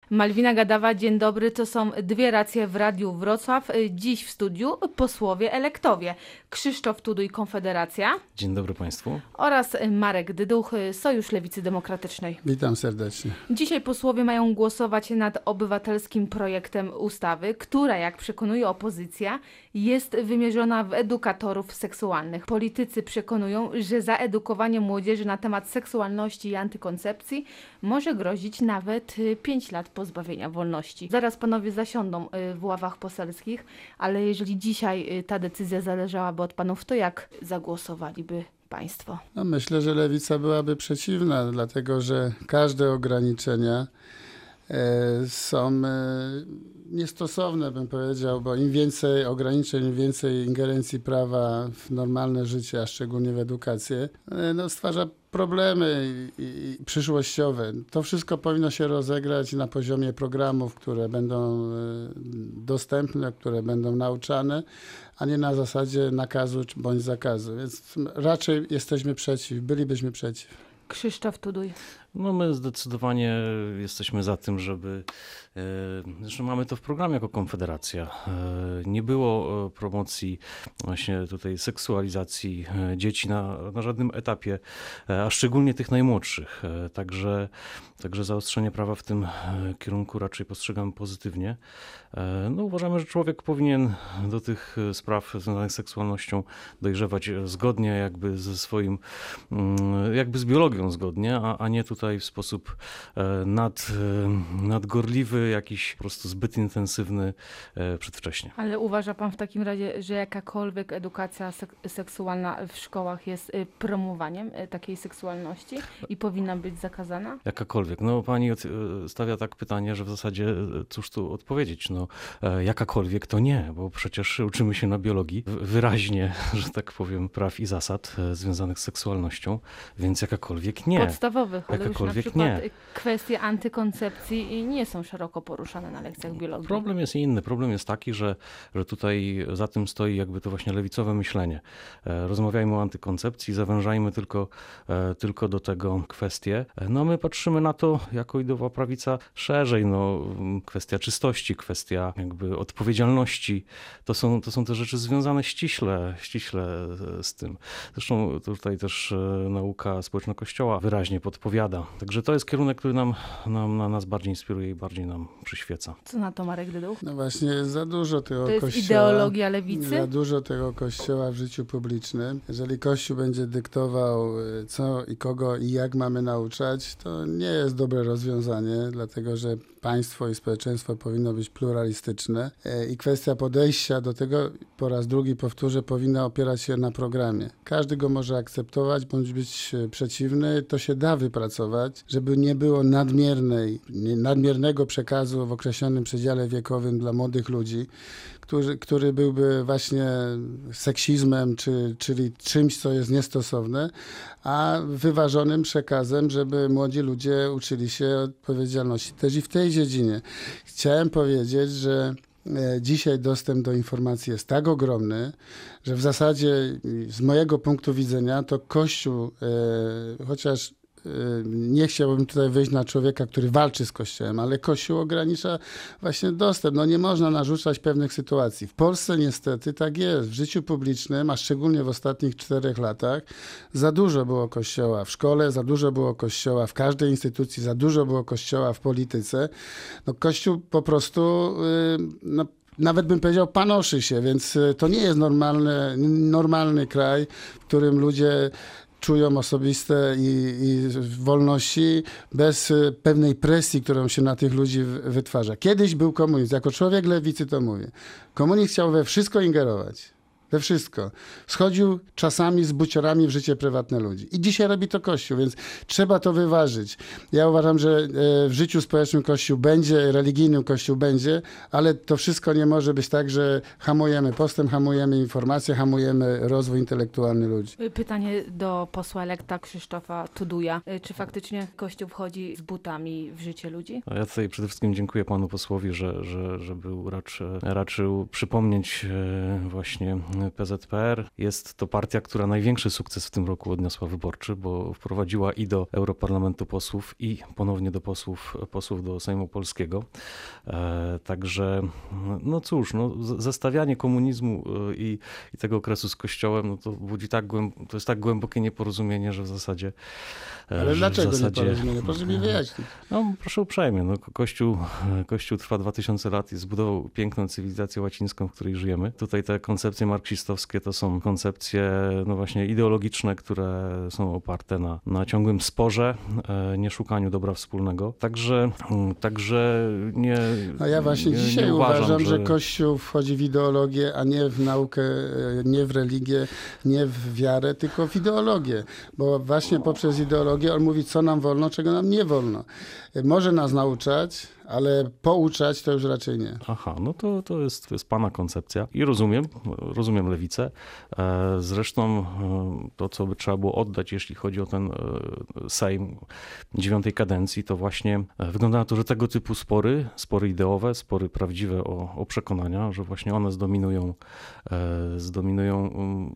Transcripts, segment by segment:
Malwina Gadawa, dzień dobry. To są dwie racje w Radiu Wrocław. Dziś w studiu posłowie elektowie. Krzysztof Tuduj, Konfederacja. Dzień dobry Państwu. Oraz Marek Dyduch, Sojusz Lewicy Demokratycznej. Witam serdecznie. Dzisiaj posłowie mają głosować nad obywatelskim projektem ustawy, która, jak przekonuje opozycja, jest wymierzona w edukatorów seksualnych. Politycy przekonują, że zaedukowanie młodzieży na temat seksualności i antykoncepcji może grozić nawet 5 lat pozbawienia wolności. Zaraz panowie zasiądą w ławach poselskich, ale jeżeli dzisiaj ta decyzja zależałaby od panów, to jak zagłosowaliby państwo? No myślę, że lewica byłaby przeciwna, dlatego że każde ograniczenia są niestosowne, bym powiedział, bo im więcej ograniczeń, im więcej ingerencji prawa w normalne życie, a szczególnie w edukację, stwarza problemy przyszłościowe. To wszystko powinno się rozegrać na poziomie programów, które będą dostępne, które będą nauczane, a nie na zasadzie nakazu bądź zakazu. Więc raczej jesteśmy przeciw, bylibyśmy przeciw. Krzysztof Tuduj. No my zdecydowanie jesteśmy za tym, żeby, zresztą mamy to w programie jako Konfederacja, nie było promocji właśnie tutaj seksualizacji dzieci na żadnym etapie, a szczególnie tych najmłodszych. Także zaostrzenie prawa w tym kierunku raczej postrzegamy pozytywnie. No uważamy, że człowiek powinien do tych spraw związanych z seksualnością dojrzewać zgodnie jakby ze swoim, jakby z biologią zgodnie, a nie tutaj w sposób nadgorliwy, jakiś po prostu zbyt intensywny przedwcześnie. Ale uważa pan w takim razie, że jakakolwiek edukacja seksualna w szkołach jest promowaniem takiej seksualności i powinna być zakazana? Jakakolwiek. No pani stawia tak pytanie, że w zasadzie cóż tu odpowiedzieć? No jakakolwiek to nie, bo przecież uczymy się na biologii wyraźnie, że tak powiem, praw i zasad związanych z seksualnością, więc jakakolwiek nie. Podstawowych, ale już na przykład nie. kwestie antykoncepcji nie są szeroko poruszane na lekcjach biologii. Problem jest inny. Problem jest taki, że tutaj za tym stoi jakby to właśnie lewicowe myślenie. Rozmawiajmy o antykoncepcji, zawężajmy tylko do tego kwestie. No my patrzymy na to jako ideowa prawica szerzej. No, kwestia czystości, kwestia jakby odpowiedzialności. To są te rzeczy związane ściśle z tym. Zresztą tutaj też nauka społeczna Kościoła wyraźnie podpowiada. Także to jest kierunek, który nas bardziej inspiruje i bardziej nam przyświeca. Co na to Marek Dyduch? No właśnie za dużo tego To jest Kościoła. ideologia lewicy? Za dużo tego Kościoła w życiu publicznym. Jeżeli Kościół będzie dyktował, co i kogo i jak mamy nauczać, to nie jest dobre rozwiązanie, dlatego że państwo i społeczeństwo powinno być pluralistyczne i kwestia podejścia do tego, po raz drugi powtórzę, powinna opierać się na programie. Każdy go może akceptować bądź być przeciwny. To się da wypracować, żeby nie było nadmiernego przekazu w określonym przedziale wiekowym dla młodych ludzi, który byłby właśnie seksizmem, czyli czymś, co jest niestosowne, a wyważonym przekazem, żeby młodzi ludzie uczyli się odpowiedzialności też i w tej dziedzinie. Chciałem powiedzieć, że dzisiaj dostęp do informacji jest tak ogromny, że w zasadzie z mojego punktu widzenia to Kościół, chociaż nie chciałbym tutaj wyjść na człowieka, który walczy z Kościołem, ale Kościół ogranicza właśnie dostęp. No nie można narzucać pewnych sytuacji. W Polsce niestety tak jest. W życiu publicznym, a szczególnie w ostatnich 4 latach, za dużo było Kościoła w szkole, za dużo było Kościoła w każdej instytucji, za dużo było Kościoła w polityce. No Kościół po prostu nawet bym powiedział, panoszy się, więc to nie jest normalny kraj, w którym ludzie czują osobiste i wolności bez pewnej presji, którą się na tych ludzi wytwarza. Kiedyś był komunizm. Jako człowiek lewicy to mówię. Komunizm chciał we wszystko ingerować. We wszystko. Schodził czasami z buciorami w życie prywatne ludzi. I dzisiaj robi to Kościół, więc trzeba to wyważyć. Ja uważam, że w życiu społecznym Kościół będzie, religijnym Kościół będzie, ale to wszystko nie może być tak, że hamujemy postęp, hamujemy informacje, hamujemy rozwój intelektualny ludzi. Pytanie do posła elekta Krzysztofa Tuduja. Czy faktycznie Kościół wchodzi z butami w życie ludzi? Ja tutaj przede wszystkim dziękuję panu posłowi, że był raczył przypomnieć właśnie PZPR. Jest to partia, która największy sukces w tym roku odniosła wyborczy, bo wprowadziła i do Europarlamentu posłów, i ponownie do posłów do Sejmu Polskiego. Także, no cóż, no, zestawianie komunizmu i tego okresu z Kościołem, no to budzi to jest tak głębokie nieporozumienie, że w zasadzie... Ale dlaczego nieporozumienie? Proszę mi wyjaśnić. No, proszę uprzejmie. No, Kościół trwa 2000 lat i zbudował piękną cywilizację łacińską, w której żyjemy. Tutaj te koncepcje marksistowskie to są koncepcje no właśnie ideologiczne, które są oparte na ciągłym sporze, nie szukaniu dobra wspólnego. Także nie. A ja właśnie dzisiaj nie uważam, że Kościół wchodzi w ideologię, a nie w naukę, nie w religię, nie w wiarę, tylko w ideologię. Bo właśnie poprzez ideologię on mówi, co nam wolno, czego nam nie wolno. Może nas nauczać, ale pouczać to już raczej nie. Aha, no to jest pana koncepcja i rozumiem lewicę. Zresztą to, co by trzeba było oddać, jeśli chodzi o ten Sejm 9. kadencji, to właśnie wygląda na to, że tego typu spory ideowe, spory prawdziwe o przekonania, że właśnie one zdominują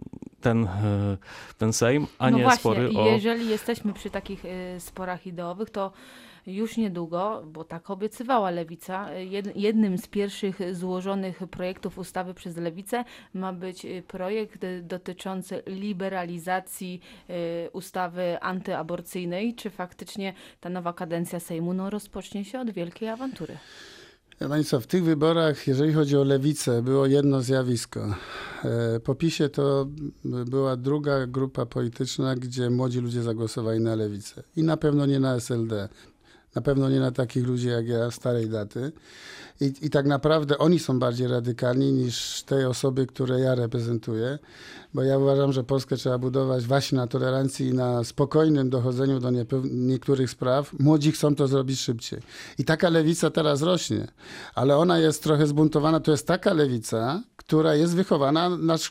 ten Sejm, a no nie właśnie, spory o... Jeżeli jesteśmy przy takich sporach ideowych, to już niedługo, bo tak obiecywała Lewica, jednym z pierwszych złożonych projektów ustawy przez Lewicę ma być projekt dotyczący liberalizacji ustawy antyaborcyjnej. Czy faktycznie ta nowa kadencja Sejmu rozpocznie się od wielkiej awantury? Pani co, w tych wyborach, jeżeli chodzi o lewicę, było jedno zjawisko. Po PiS-ie to była druga grupa polityczna, gdzie młodzi ludzie zagłosowali na lewicę. I na pewno nie na SLD. Na pewno nie na takich ludzi jak ja, starej daty. I tak naprawdę oni są bardziej radykalni niż te osoby, które ja reprezentuję. Bo ja uważam, że Polskę trzeba budować właśnie na tolerancji i na spokojnym dochodzeniu do niektórych spraw. Młodzi chcą to zrobić szybciej. I taka lewica teraz rośnie. Ale ona jest trochę zbuntowana. To jest taka lewica, która jest wychowana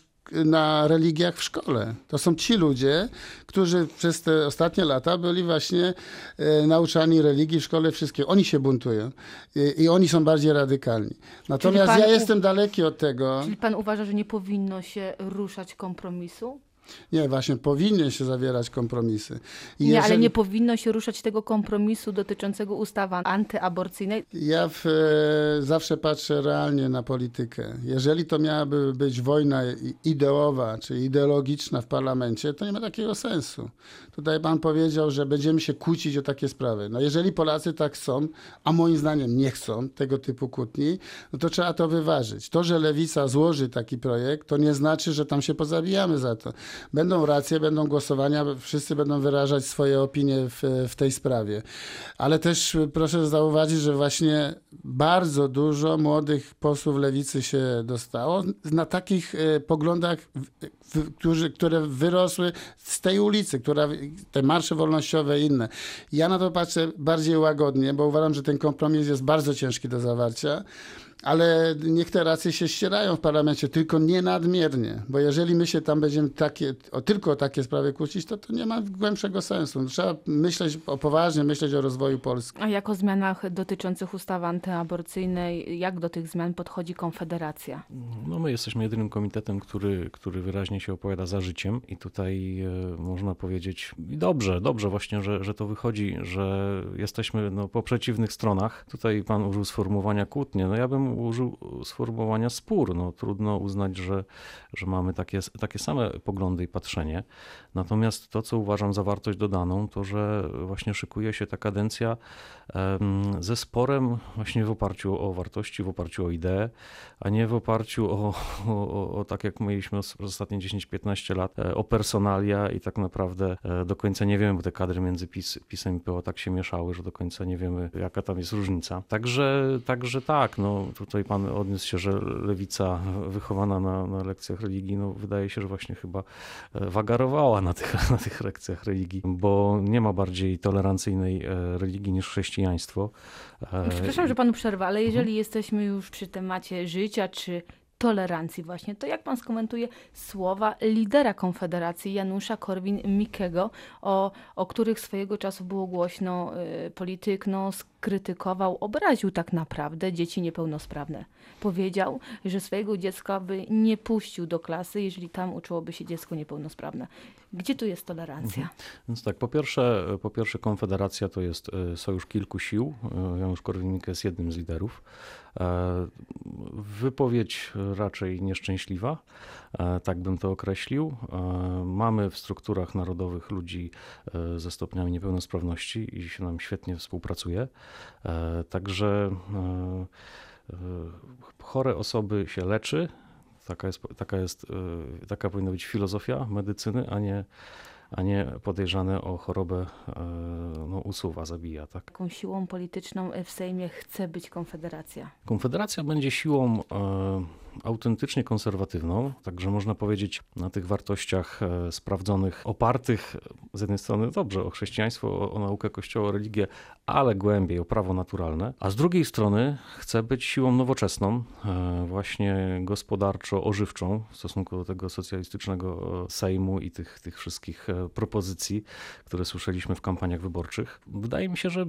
na religiach w szkole. To są ci ludzie, którzy przez te ostatnie lata byli właśnie nauczani religii w szkole, wszystkie. Oni się buntują i oni są bardziej radykalni. Natomiast ja jestem daleki od tego. Czyli pan uważa, że nie powinno się ruszać kompromisu? Nie, właśnie powinny się zawierać kompromisy. Ale nie powinno się ruszać tego kompromisu dotyczącego ustawy antyaborcyjnej. Ja zawsze patrzę realnie na politykę. Jeżeli to miałaby być wojna ideowa czy ideologiczna w parlamencie, to nie ma takiego sensu. Tutaj pan powiedział, że będziemy się kłócić o takie sprawy. No jeżeli Polacy tak chcą, a moim zdaniem nie chcą tego typu kłótni, no to trzeba to wyważyć. To, że Lewica złoży taki projekt, to nie znaczy, że tam się pozabijamy za to. Będą racje, będą głosowania, wszyscy będą wyrażać swoje opinie w tej sprawie. Ale też proszę zauważyć, że właśnie bardzo dużo młodych posłów lewicy się dostało na takich poglądach, które wyrosły z tej ulicy, te marsze wolnościowe i inne. Ja na to patrzę bardziej łagodnie, bo uważam, że ten kompromis jest bardzo ciężki do zawarcia. Ale niech te racje się ścierają w parlamencie, tylko nie nadmiernie, bo jeżeli my się tam będziemy tylko o takie sprawy kłócić, to nie ma głębszego sensu. Trzeba poważnie myśleć o rozwoju Polski. A jak o zmianach dotyczących ustawy antyaborcyjnej, jak do tych zmian podchodzi Konfederacja? No my jesteśmy jedynym komitetem, który wyraźnie się opowiada za życiem i tutaj można powiedzieć dobrze właśnie, że to wychodzi, że jesteśmy po przeciwnych stronach. Tutaj pan użył sformułowania kłótnie. No ja bym użył sformułowania spór. No, trudno uznać, że mamy takie same poglądy i patrzenie. Natomiast to, co uważam za wartość dodaną, to, że właśnie szykuje się ta kadencja ze sporem właśnie w oparciu o wartości, w oparciu o idee, a nie w oparciu o tak jak mieliśmy przez ostatnie 10-15 lat, o personalia i tak naprawdę do końca nie wiemy, bo te kadry między PiS-em i PO tak się mieszały, że do końca nie wiemy, jaka tam jest różnica. Także tak, no tutaj pan odniósł się, że lewica wychowana na lekcjach religii, no wydaje się, że właśnie chyba wagarowała na tych lekcjach religii, bo nie ma bardziej tolerancyjnej religii niż chrześcijaństwo. Przepraszam, że panu przerwę, ale jeżeli jesteśmy już przy temacie życia czy tolerancji właśnie. To jak pan skomentuje słowa lidera Konfederacji Janusza Korwin-Mikkego, o których swojego czasu było głośno, polityk skrytykował, obraził tak naprawdę dzieci niepełnosprawne. Powiedział, że swojego dziecka by nie puścił do klasy, jeżeli tam uczyłoby się dziecko niepełnosprawne. Gdzie tu jest tolerancja? Więc tak, po pierwsze Konfederacja to jest sojusz kilku sił. Janusz Korwin-Mikke jest jednym z liderów. Wypowiedź raczej nieszczęśliwa, tak bym to określił. Mamy w strukturach narodowych ludzi ze stopniami niepełnosprawności i się nam świetnie współpracuje. Także chore osoby się leczy. Taka powinna być filozofia medycyny, a nie podejrzane o chorobę usuwa, zabija. Tak? Jaką siłą polityczną w Sejmie chce być Konfederacja? Konfederacja będzie siłą autentycznie konserwatywną, także można powiedzieć na tych wartościach sprawdzonych, opartych z jednej strony dobrze o chrześcijaństwo, o naukę Kościoła, o religię, ale głębiej o prawo naturalne, a z drugiej strony chce być siłą nowoczesną, właśnie gospodarczo-ożywczą w stosunku do tego socjalistycznego Sejmu i tych wszystkich propozycji, które słyszeliśmy w kampaniach wyborczych. Wydaje mi się, że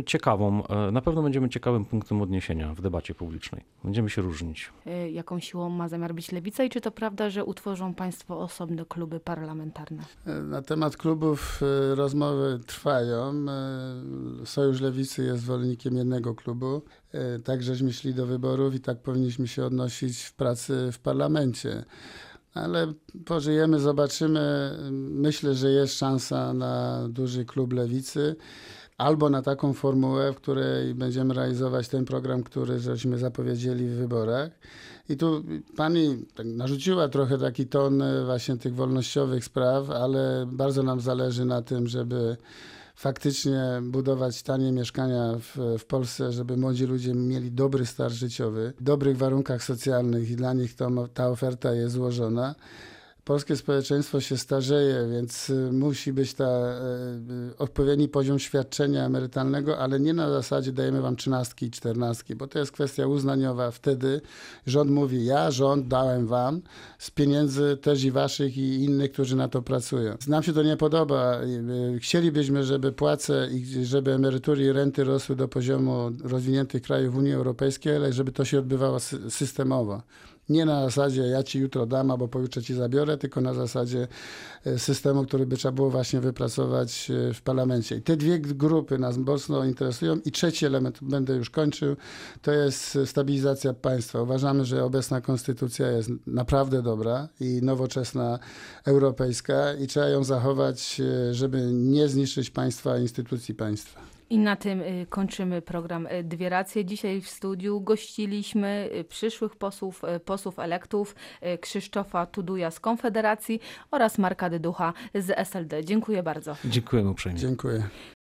na pewno będziemy ciekawym punktem odniesienia w debacie publicznej. Będziemy się różnić. Jaką siłą ma zamiar być Lewica i czy to prawda, że utworzą państwo osobne kluby parlamentarne? Na temat klubów rozmowy trwają. Sojusz Lewicy jest zwolennikiem jednego klubu. Tak żeśmy szli do wyborów i tak powinniśmy się odnosić w pracy w parlamencie. Ale pożyjemy, zobaczymy. Myślę, że jest szansa na duży klub Lewicy. Albo na taką formułę, w której będziemy realizować ten program, który żeśmy zapowiedzieli w wyborach. I tu pani narzuciła trochę taki ton właśnie tych wolnościowych spraw, ale bardzo nam zależy na tym, żeby faktycznie budować tanie mieszkania w Polsce, żeby młodzi ludzie mieli dobry start życiowy, w dobrych warunkach socjalnych i dla nich ta oferta jest złożona. Polskie społeczeństwo się starzeje, więc musi być odpowiedni poziom świadczenia emerytalnego, ale nie na zasadzie dajemy wam 13 i 14, bo to jest kwestia uznaniowa. Wtedy rząd mówi, rząd dałem wam z pieniędzy też i waszych i innych, którzy na to pracują. Nam się to nie podoba. Chcielibyśmy, żeby płace i żeby emerytury i renty rosły do poziomu rozwiniętych krajów Unii Europejskiej, ale żeby to się odbywało systemowo. Nie na zasadzie ja ci jutro dam, albo pojutrze ci zabiorę, tylko na zasadzie systemu, który by trzeba było właśnie wypracować w parlamencie. I te dwie grupy nas mocno interesują. I trzeci element, będę już kończył, to jest stabilizacja państwa. Uważamy, że obecna konstytucja jest naprawdę dobra i nowoczesna, europejska i trzeba ją zachować, żeby nie zniszczyć państwa, instytucji państwa. I na tym kończymy program Dwie Racje. Dzisiaj w studiu gościliśmy przyszłych posłów elektów Krzysztofa Tuduja z Konfederacji oraz Marka Dyducha z SLD. Dziękuję bardzo. Dziękujemy uprzejmie. Dziękuję.